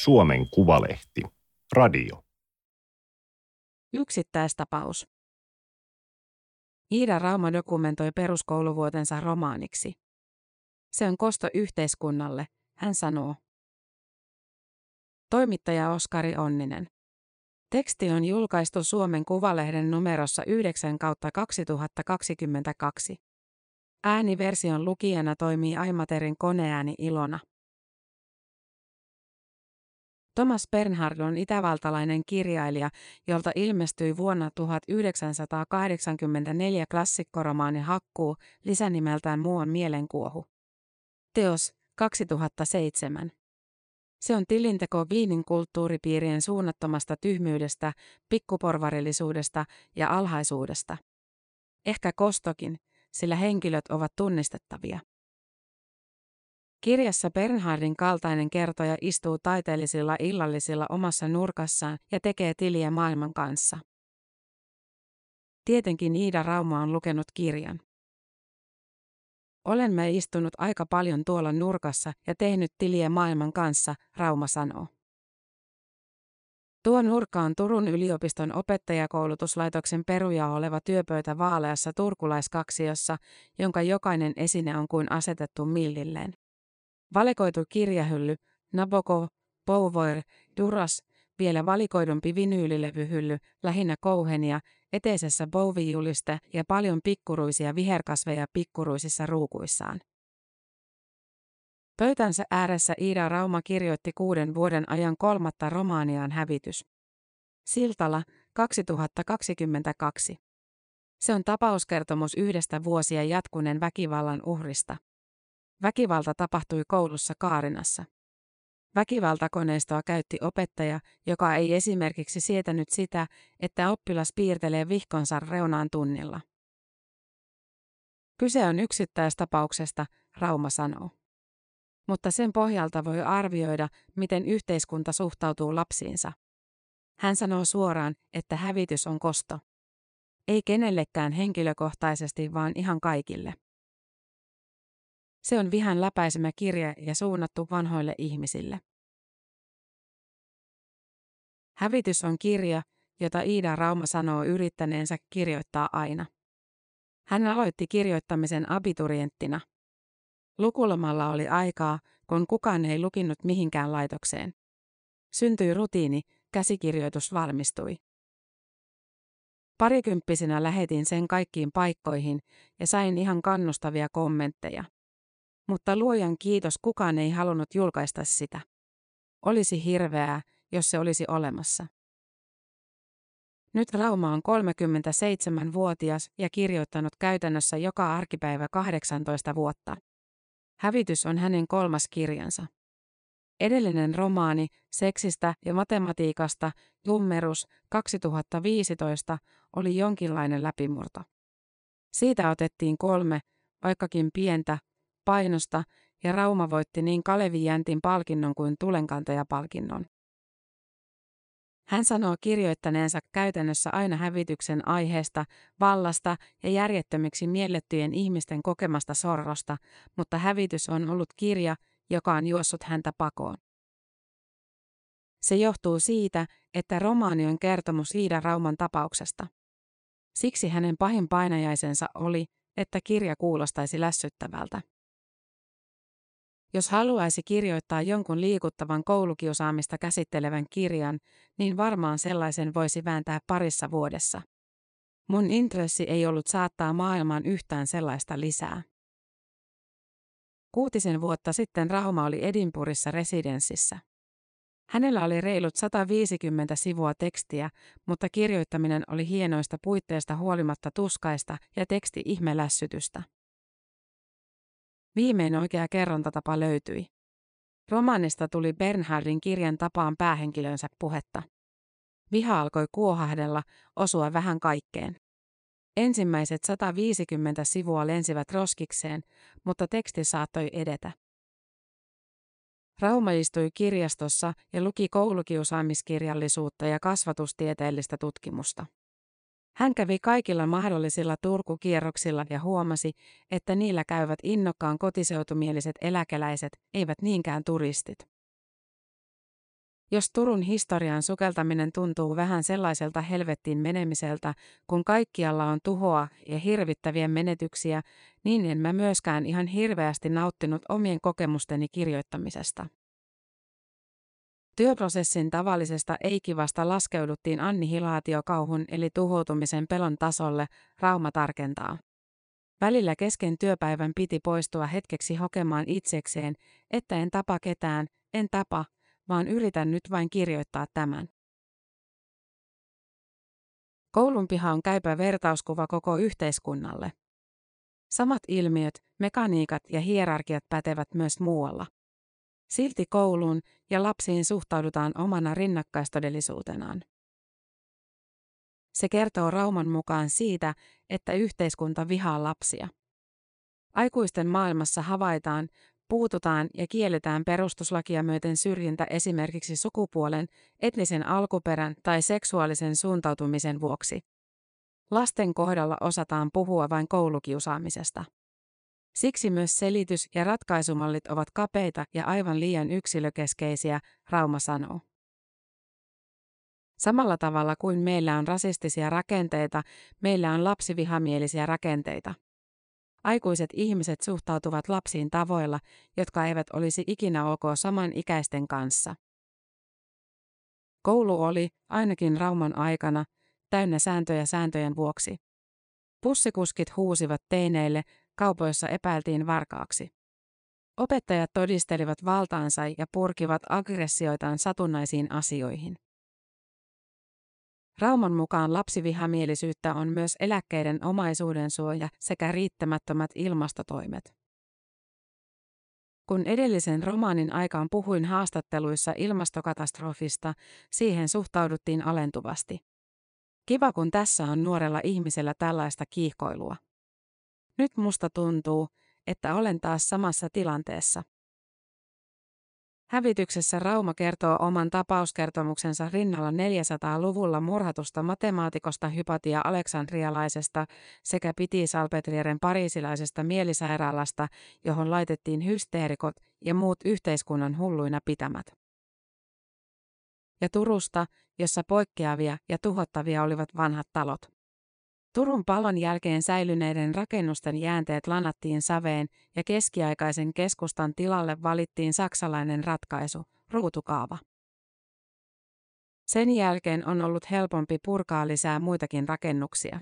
Suomen Kuvalehti. Radio. Yksittäistapaus. Iida Rauma dokumentoi peruskouluvuotensa romaaniksi. Se on kosto yhteiskunnalle, hän sanoo. Toimittaja Oskari Onninen. Teksti on julkaistu Suomen Kuvalehden numerossa 9/2022. Ääniversion lukijana toimii Aimaterin koneääni Ilona. Thomas Bernhard on itävaltalainen kirjailija, jolta ilmestyi vuonna 1984 klassikkoromaani Hakkuu lisänimeltään Muon mielenkuohu. Teos 2007. Se on tilinteko Wienin kulttuuripiirien suunnattomasta tyhmyydestä, pikkuporvarillisuudesta ja alhaisuudesta. Ehkä kostokin, sillä henkilöt ovat tunnistettavia. Kirjassa Bernhardin kaltainen kertoja istuu taiteellisilla illallisilla omassa nurkassaan ja tekee tiliä maailman kanssa. Tietenkin Iida Rauma on lukenut kirjan. Olemme istunut aika paljon tuolla nurkassa ja tehnyt tiliä maailman kanssa, Rauma sanoo. Tuo nurkka on Turun yliopiston opettajakoulutuslaitoksen peruja oleva työpöytä vaaleassa turkulaiskaksiossa, jonka jokainen esine on kuin asetettu millilleen. Valikoitu kirjahylly, Nabokov, Beauvoir, Duras, vielä valikoidumpi vinyylilevyhylly, lähinnä kouhenia, eteisessä Bowie-juliste ja paljon pikkuruisia viherkasveja pikkuruisissa ruukuissaan. Pöytänsä ääressä Iida Rauma kirjoitti 6 vuoden ajan 3. romaaniaan Hävitys. Siltala, 2022. Se on tapauskertomus yhdestä vuosia jatkuneen väkivallan uhrista. Väkivalta tapahtui koulussa Kaarinassa. Väkivaltakoneistoa käytti opettaja, joka ei esimerkiksi sietänyt sitä, että oppilas piirtelee vihkonsa reunaan tunnilla. Kyse on yksittäistapauksesta, Rauma sanoo. Mutta sen pohjalta voi arvioida, miten yhteiskunta suhtautuu lapsiinsa. Hän sanoo suoraan, että hävitys on kosto. Ei kenellekään henkilökohtaisesti, vaan ihan kaikille. Se on vihan läpäisemä kirja ja suunnattu vanhoille ihmisille. Hävitys on kirja, jota Iida Rauma sanoo yrittäneensä kirjoittaa aina. Hän aloitti kirjoittamisen abiturienttina. Lukulomalla oli aikaa, kun kukaan ei lukinut mihinkään laitokseen. Syntyi rutiini, käsikirjoitus valmistui. Parikymppisenä lähetin sen kaikkiin paikkoihin ja sain ihan kannustavia kommentteja. Mutta luojan kiitos kukaan ei halunnut julkaista sitä. Olisi hirveää, jos se olisi olemassa. Nyt Rauma on 37-vuotias ja kirjoittanut käytännössä joka arkipäivä 18 vuotta. Hävitys on hänen 3. kirjansa. Edellinen romaani seksistä ja matematiikasta, Lummerus 2015, oli jonkinlainen läpimurto. Siitä otettiin 3, vaikkakin pientä, painosta, ja Rauma voitti niin Kalevi Jäntin palkinnon kuin Tulenkantajapalkinnon. Hän sanoo kirjoittaneensa käytännössä aina hävityksen aiheesta, vallasta ja järjettömiksi miellettyjen ihmisten kokemasta sorrosta, mutta hävitys on ollut kirja, joka on juossut häntä pakoon. Se johtuu siitä, että romaani on kertomus Iida Rauman tapauksesta. Siksi hänen pahin painajaisensa oli, että kirja kuulostaisi lässyttävältä. Jos haluaisi kirjoittaa jonkun liikuttavan koulukiusaamista käsittelevän kirjan, niin varmaan sellaisen voisi vääntää parissa vuodessa. Mun intressi ei ollut saattaa maailmaan yhtään sellaista lisää. 6 vuotta sitten Rauma oli Edinburghissa residenssissä. Hänellä oli reilut 150 sivua tekstiä, mutta kirjoittaminen oli hienoista puitteista huolimatta tuskaista ja teksti ihmelässytystä. Viimein oikea kerrontatapa löytyi. Romaanista tuli Bernhardin kirjan tapaan päähenkilönsä puhetta. Viha alkoi kuohahdella, osua vähän kaikkeen. Ensimmäiset 150 sivua lensivät roskikseen, mutta teksti saattoi edetä. Rauma istui kirjastossa ja luki koulukiusaamiskirjallisuutta ja kasvatustieteellistä tutkimusta. Hän kävi kaikilla mahdollisilla Turku-kierroksilla ja huomasi, että niillä käyvät innokkaan kotiseutumieliset eläkeläiset, eivät niinkään turistit. Jos Turun historian sukeltaminen tuntuu vähän sellaiselta helvettiin menemiseltä, kun kaikkialla on tuhoa ja hirvittäviä menetyksiä, niin en mä myöskään ihan hirveästi nauttinut omien kokemusteni kirjoittamisesta. Työprosessin tavallisesta ei-kivasta laskeuduttiin annihilaatiokauhun eli tuhoutumisen pelon tasolle, Rauma tarkentaa. Välillä kesken työpäivän piti poistua hetkeksi hokemaan itsekseen, että en tapa ketään, en tapa, vaan yritän nyt vain kirjoittaa tämän. Koulun piha on käypä vertauskuva koko yhteiskunnalle. Samat ilmiöt, mekaniikat ja hierarkiat pätevät myös muualla. Silti kouluun ja lapsiin suhtaudutaan omana rinnakkaistodellisuutenaan. Se kertoo Rauman mukaan siitä, että yhteiskunta vihaa lapsia. Aikuisten maailmassa havaitaan, puututaan ja kielletään perustuslakia myöten syrjintä esimerkiksi sukupuolen, etnisen alkuperän tai seksuaalisen suuntautumisen vuoksi. Lasten kohdalla osataan puhua vain koulukiusaamisesta. Siksi myös selitys- ja ratkaisumallit ovat kapeita ja aivan liian yksilökeskeisiä, Rauma sanoo. Samalla tavalla kuin meillä on rasistisia rakenteita, meillä on lapsivihamielisiä rakenteita. Aikuiset ihmiset suhtautuvat lapsiin tavoilla, jotka eivät olisi ikinä ok samanikäisten kanssa. Koulu oli, ainakin Rauman aikana, täynnä sääntöjä sääntöjen vuoksi. Bussikuskit huusivat teineille, kaupoissa epäiltiin varkaaksi. Opettajat todistelivat valtaansa ja purkivat aggressioitaan satunnaisiin asioihin. Rauman mukaan lapsivihamielisyyttä on myös eläkkeiden omaisuudensuoja sekä riittämättömät ilmastotoimet. Kun edellisen romaanin aikaan puhuin haastatteluissa ilmastokatastrofista, siihen suhtauduttiin alentuvasti. Kiva, kun tässä on nuorella ihmisellä tällaista kiihkoilua. Nyt musta tuntuu, että olen taas samassa tilanteessa. Hävityksessä Rauma kertoo oman tapauskertomuksensa rinnalla 400-luvulla murhatusta matemaatikosta Hypatia Aleksandrialaisesta sekä Piti-Salpetrieren pariisilaisesta mielisairaalasta, johon laitettiin hysteerikot ja muut yhteiskunnan hulluina pitämät. Ja Turusta, jossa poikkeavia ja tuhottavia olivat vanhat talot. Turun palon jälkeen säilyneiden rakennusten jäänteet lanattiin saveen ja keskiaikaisen keskustan tilalle valittiin saksalainen ratkaisu, ruutukaava. Sen jälkeen on ollut helpompi purkaa lisää muitakin rakennuksia.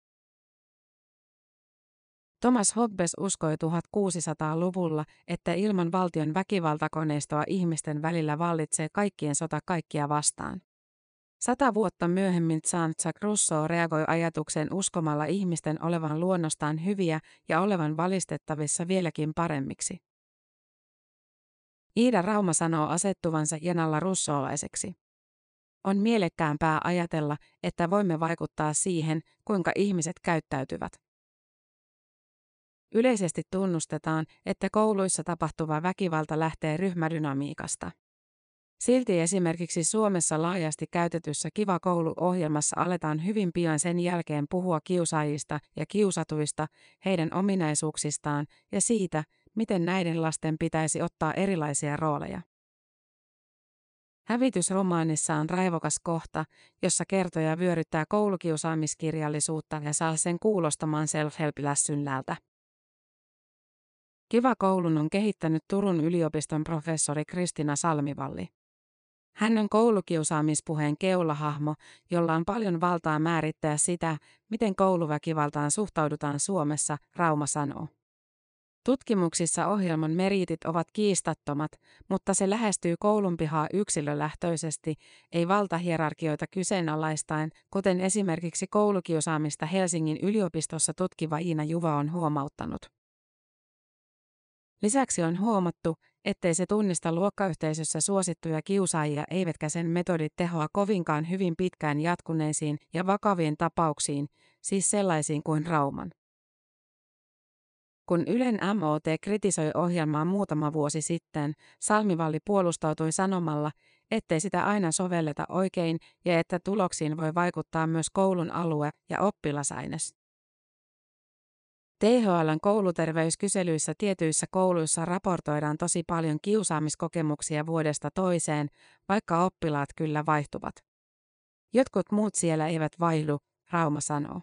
Thomas Hobbes uskoi 1600-luvulla, että ilman valtion väkivaltakoneistoa ihmisten välillä vallitsee kaikkien sota kaikkia vastaan. 100 vuotta myöhemmin Jean-Jacques Rousseau reagoi ajatukseen uskomalla ihmisten olevan luonnostaan hyviä ja olevan valistettavissa vieläkin paremmiksi. Iida Rauma sanoo asettuvansa janalla rousseaulaiseksi. On mielekkäämpää ajatella, että voimme vaikuttaa siihen, kuinka ihmiset käyttäytyvät. Yleisesti tunnustetaan, että kouluissa tapahtuva väkivalta lähtee ryhmädynamiikasta. Silti esimerkiksi Suomessa laajasti käytetyssä Kiva Koulu-ohjelmassa aletaan hyvin pian sen jälkeen puhua kiusaajista ja kiusatuista, heidän ominaisuuksistaan ja siitä, miten näiden lasten pitäisi ottaa erilaisia rooleja. Hävitysromaanissa on raivokas kohta, jossa kertoja vyöryttää koulukiusaamiskirjallisuutta ja saa sen kuulostamaan self-help-lässynnältä. Kiva Koulun on kehittänyt Turun yliopiston professori Kristiina Salmivalli. Hän on koulukiusaamispuheen keulahahmo, jolla on paljon valtaa määrittää sitä, miten kouluväkivaltaan suhtaudutaan Suomessa, Rauma sanoo. Tutkimuksissa ohjelman meriitit ovat kiistattomat, mutta se lähestyy koulunpihaa yksilölähtöisesti, ei valtahierarkioita kyseenalaistaen, kuten esimerkiksi koulukiusaamista Helsingin yliopistossa tutkiva Iina Juva on huomauttanut. Lisäksi on huomattu, ettei se tunnista luokkayhteisössä suosittuja kiusaajia eivätkä sen metodit tehoa kovinkaan hyvin pitkään jatkuneisiin ja vakaviin tapauksiin, siis sellaisiin kuin Rauman. Kun Ylen MOT kritisoi ohjelmaa muutama vuosi sitten, Salmivalli puolustautui sanomalla, ettei sitä aina sovelleta oikein ja että tuloksiin voi vaikuttaa myös koulun alue ja oppilasaines. THL:n kouluterveyskyselyissä tietyissä kouluissa raportoidaan tosi paljon kiusaamiskokemuksia vuodesta toiseen, vaikka oppilaat kyllä vaihtuvat. Jotkut muut siellä eivät vaihdu, Rauma sanoo.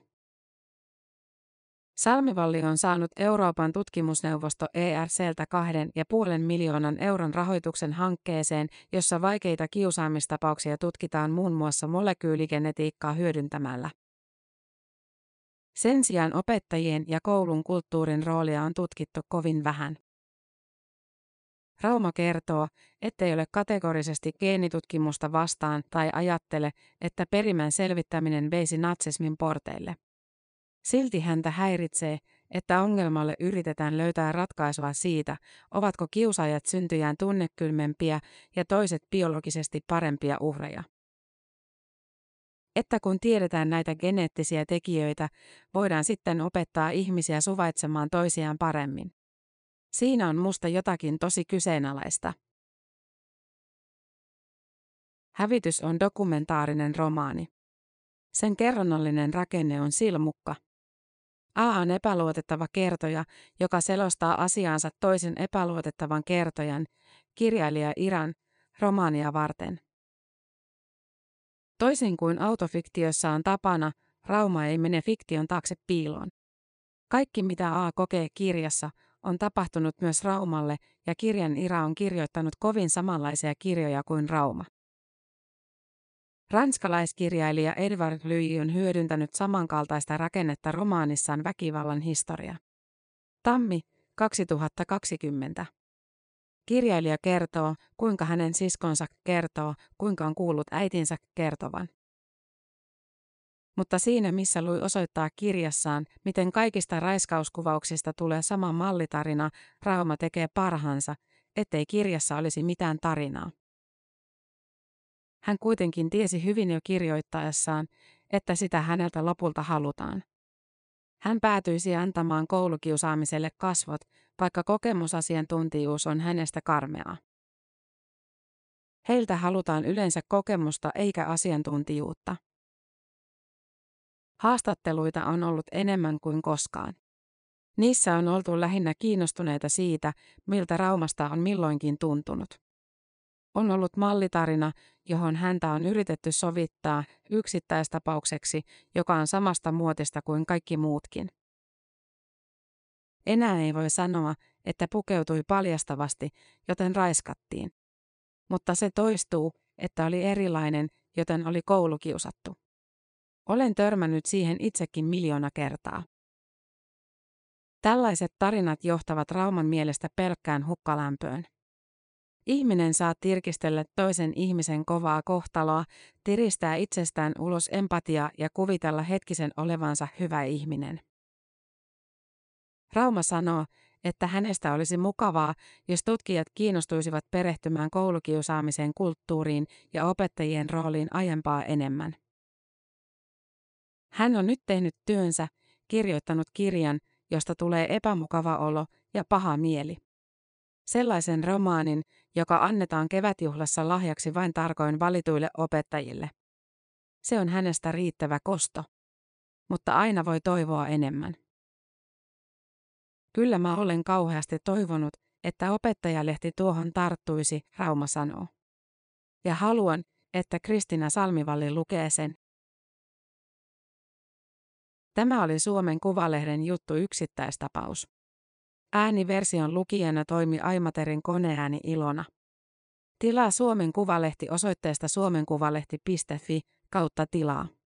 Salmivalli on saanut Euroopan tutkimusneuvosto ERC:ltä 2,5 miljoonan euron rahoituksen hankkeeseen, jossa vaikeita kiusaamistapauksia tutkitaan muun muassa molekyyligenetiikkaa hyödyntämällä. Sen sijaan opettajien ja koulun kulttuurin roolia on tutkittu kovin vähän. Rauma kertoo, ettei ole kategorisesti geenitutkimusta vastaan tai ajattele, että perimän selvittäminen veisi natsismin porteille. Silti häntä häiritsee, että ongelmalle yritetään löytää ratkaisua siitä, ovatko kiusaajat syntyjään tunnekylmempiä ja toiset biologisesti parempia uhreja. Että kun tiedetään näitä geneettisiä tekijöitä, voidaan sitten opettaa ihmisiä suvaitsemaan toisiaan paremmin. Siinä on musta jotakin tosi kyseenalaista. Hävitys on dokumentaarinen romaani. Sen kerronnallinen rakenne on silmukka. A on epäluotettava kertoja, joka selostaa asiaansa toisen epäluotettavan kertojan, kirjailija Iran, romaania varten. Toisin kuin autofiktiossa on tapana, Rauma ei mene fiktion taakse piiloon. Kaikki mitä A kokee kirjassa, on tapahtunut myös Raumalle ja kirjan Ira on kirjoittanut kovin samanlaisia kirjoja kuin Rauma. Ranskalaiskirjailija Edward Louis on hyödyntänyt samankaltaista rakennetta romaanissaan Väkivallan historia. Tammi, 2020. Kirjailija kertoo, kuinka hänen siskonsa kertoo, kuinka on kuullut äitinsä kertovan. Mutta siinä missä Louis osoittaa kirjassaan, miten kaikista raiskauskuvauksista tulee sama mallitarina, Rauma tekee parhaansa, ettei kirjassa olisi mitään tarinaa. Hän kuitenkin tiesi hyvin jo kirjoittaessaan, että sitä häneltä lopulta halutaan. Hän päätyisi antamaan koulukiusaamiselle kasvot, vaikka kokemusasiantuntijuus on hänestä karmeaa. Heiltä halutaan yleensä kokemusta eikä asiantuntijuutta. Haastatteluita on ollut enemmän kuin koskaan. Niissä on oltu lähinnä kiinnostuneita siitä, miltä Raumasta on milloinkin tuntunut. On ollut mallitarina, johon häntä on yritetty sovittaa yksittäistapaukseksi, joka on samasta muotista kuin kaikki muutkin. Enää ei voi sanoa, että pukeutui paljastavasti, joten raiskattiin. Mutta se toistuu, että oli erilainen, joten oli koulukiusattu. Olen törmännyt siihen itsekin 1,000,000 kertaa. Tällaiset tarinat johtavat Rauman mielestä pelkkään hukkalämpöön. Ihminen saa tirkistellä toisen ihmisen kovaa kohtaloa, tiristää itsestään ulos empatiaa ja kuvitella hetkisen olevansa hyvä ihminen. Rauma sanoo, että hänestä olisi mukavaa, jos tutkijat kiinnostuisivat perehtymään koulukiusaamisen kulttuuriin ja opettajien rooliin aiempaa enemmän. Hän on nyt tehnyt työnsä, kirjoittanut kirjan, josta tulee epämukava olo ja paha mieli. Sellaisen romaanin, joka annetaan kevätjuhlassa lahjaksi vain tarkoin valituille opettajille. Se on hänestä riittävä kosto. Mutta aina voi toivoa enemmän. Kyllä mä olen kauheasti toivonut, että opettajalehti tuohon tarttuisi, Rauma sanoo. Ja haluan, että Kristiina Salmivalli lukee sen. Tämä oli Suomen Kuvalehden juttu yksittäistapaus. Ääniversion lukijana toimi Aimaterin koneääni Ilona. Tilaa Suomen Kuvalehti osoitteesta suomenkuvalehti.fi/tilaa.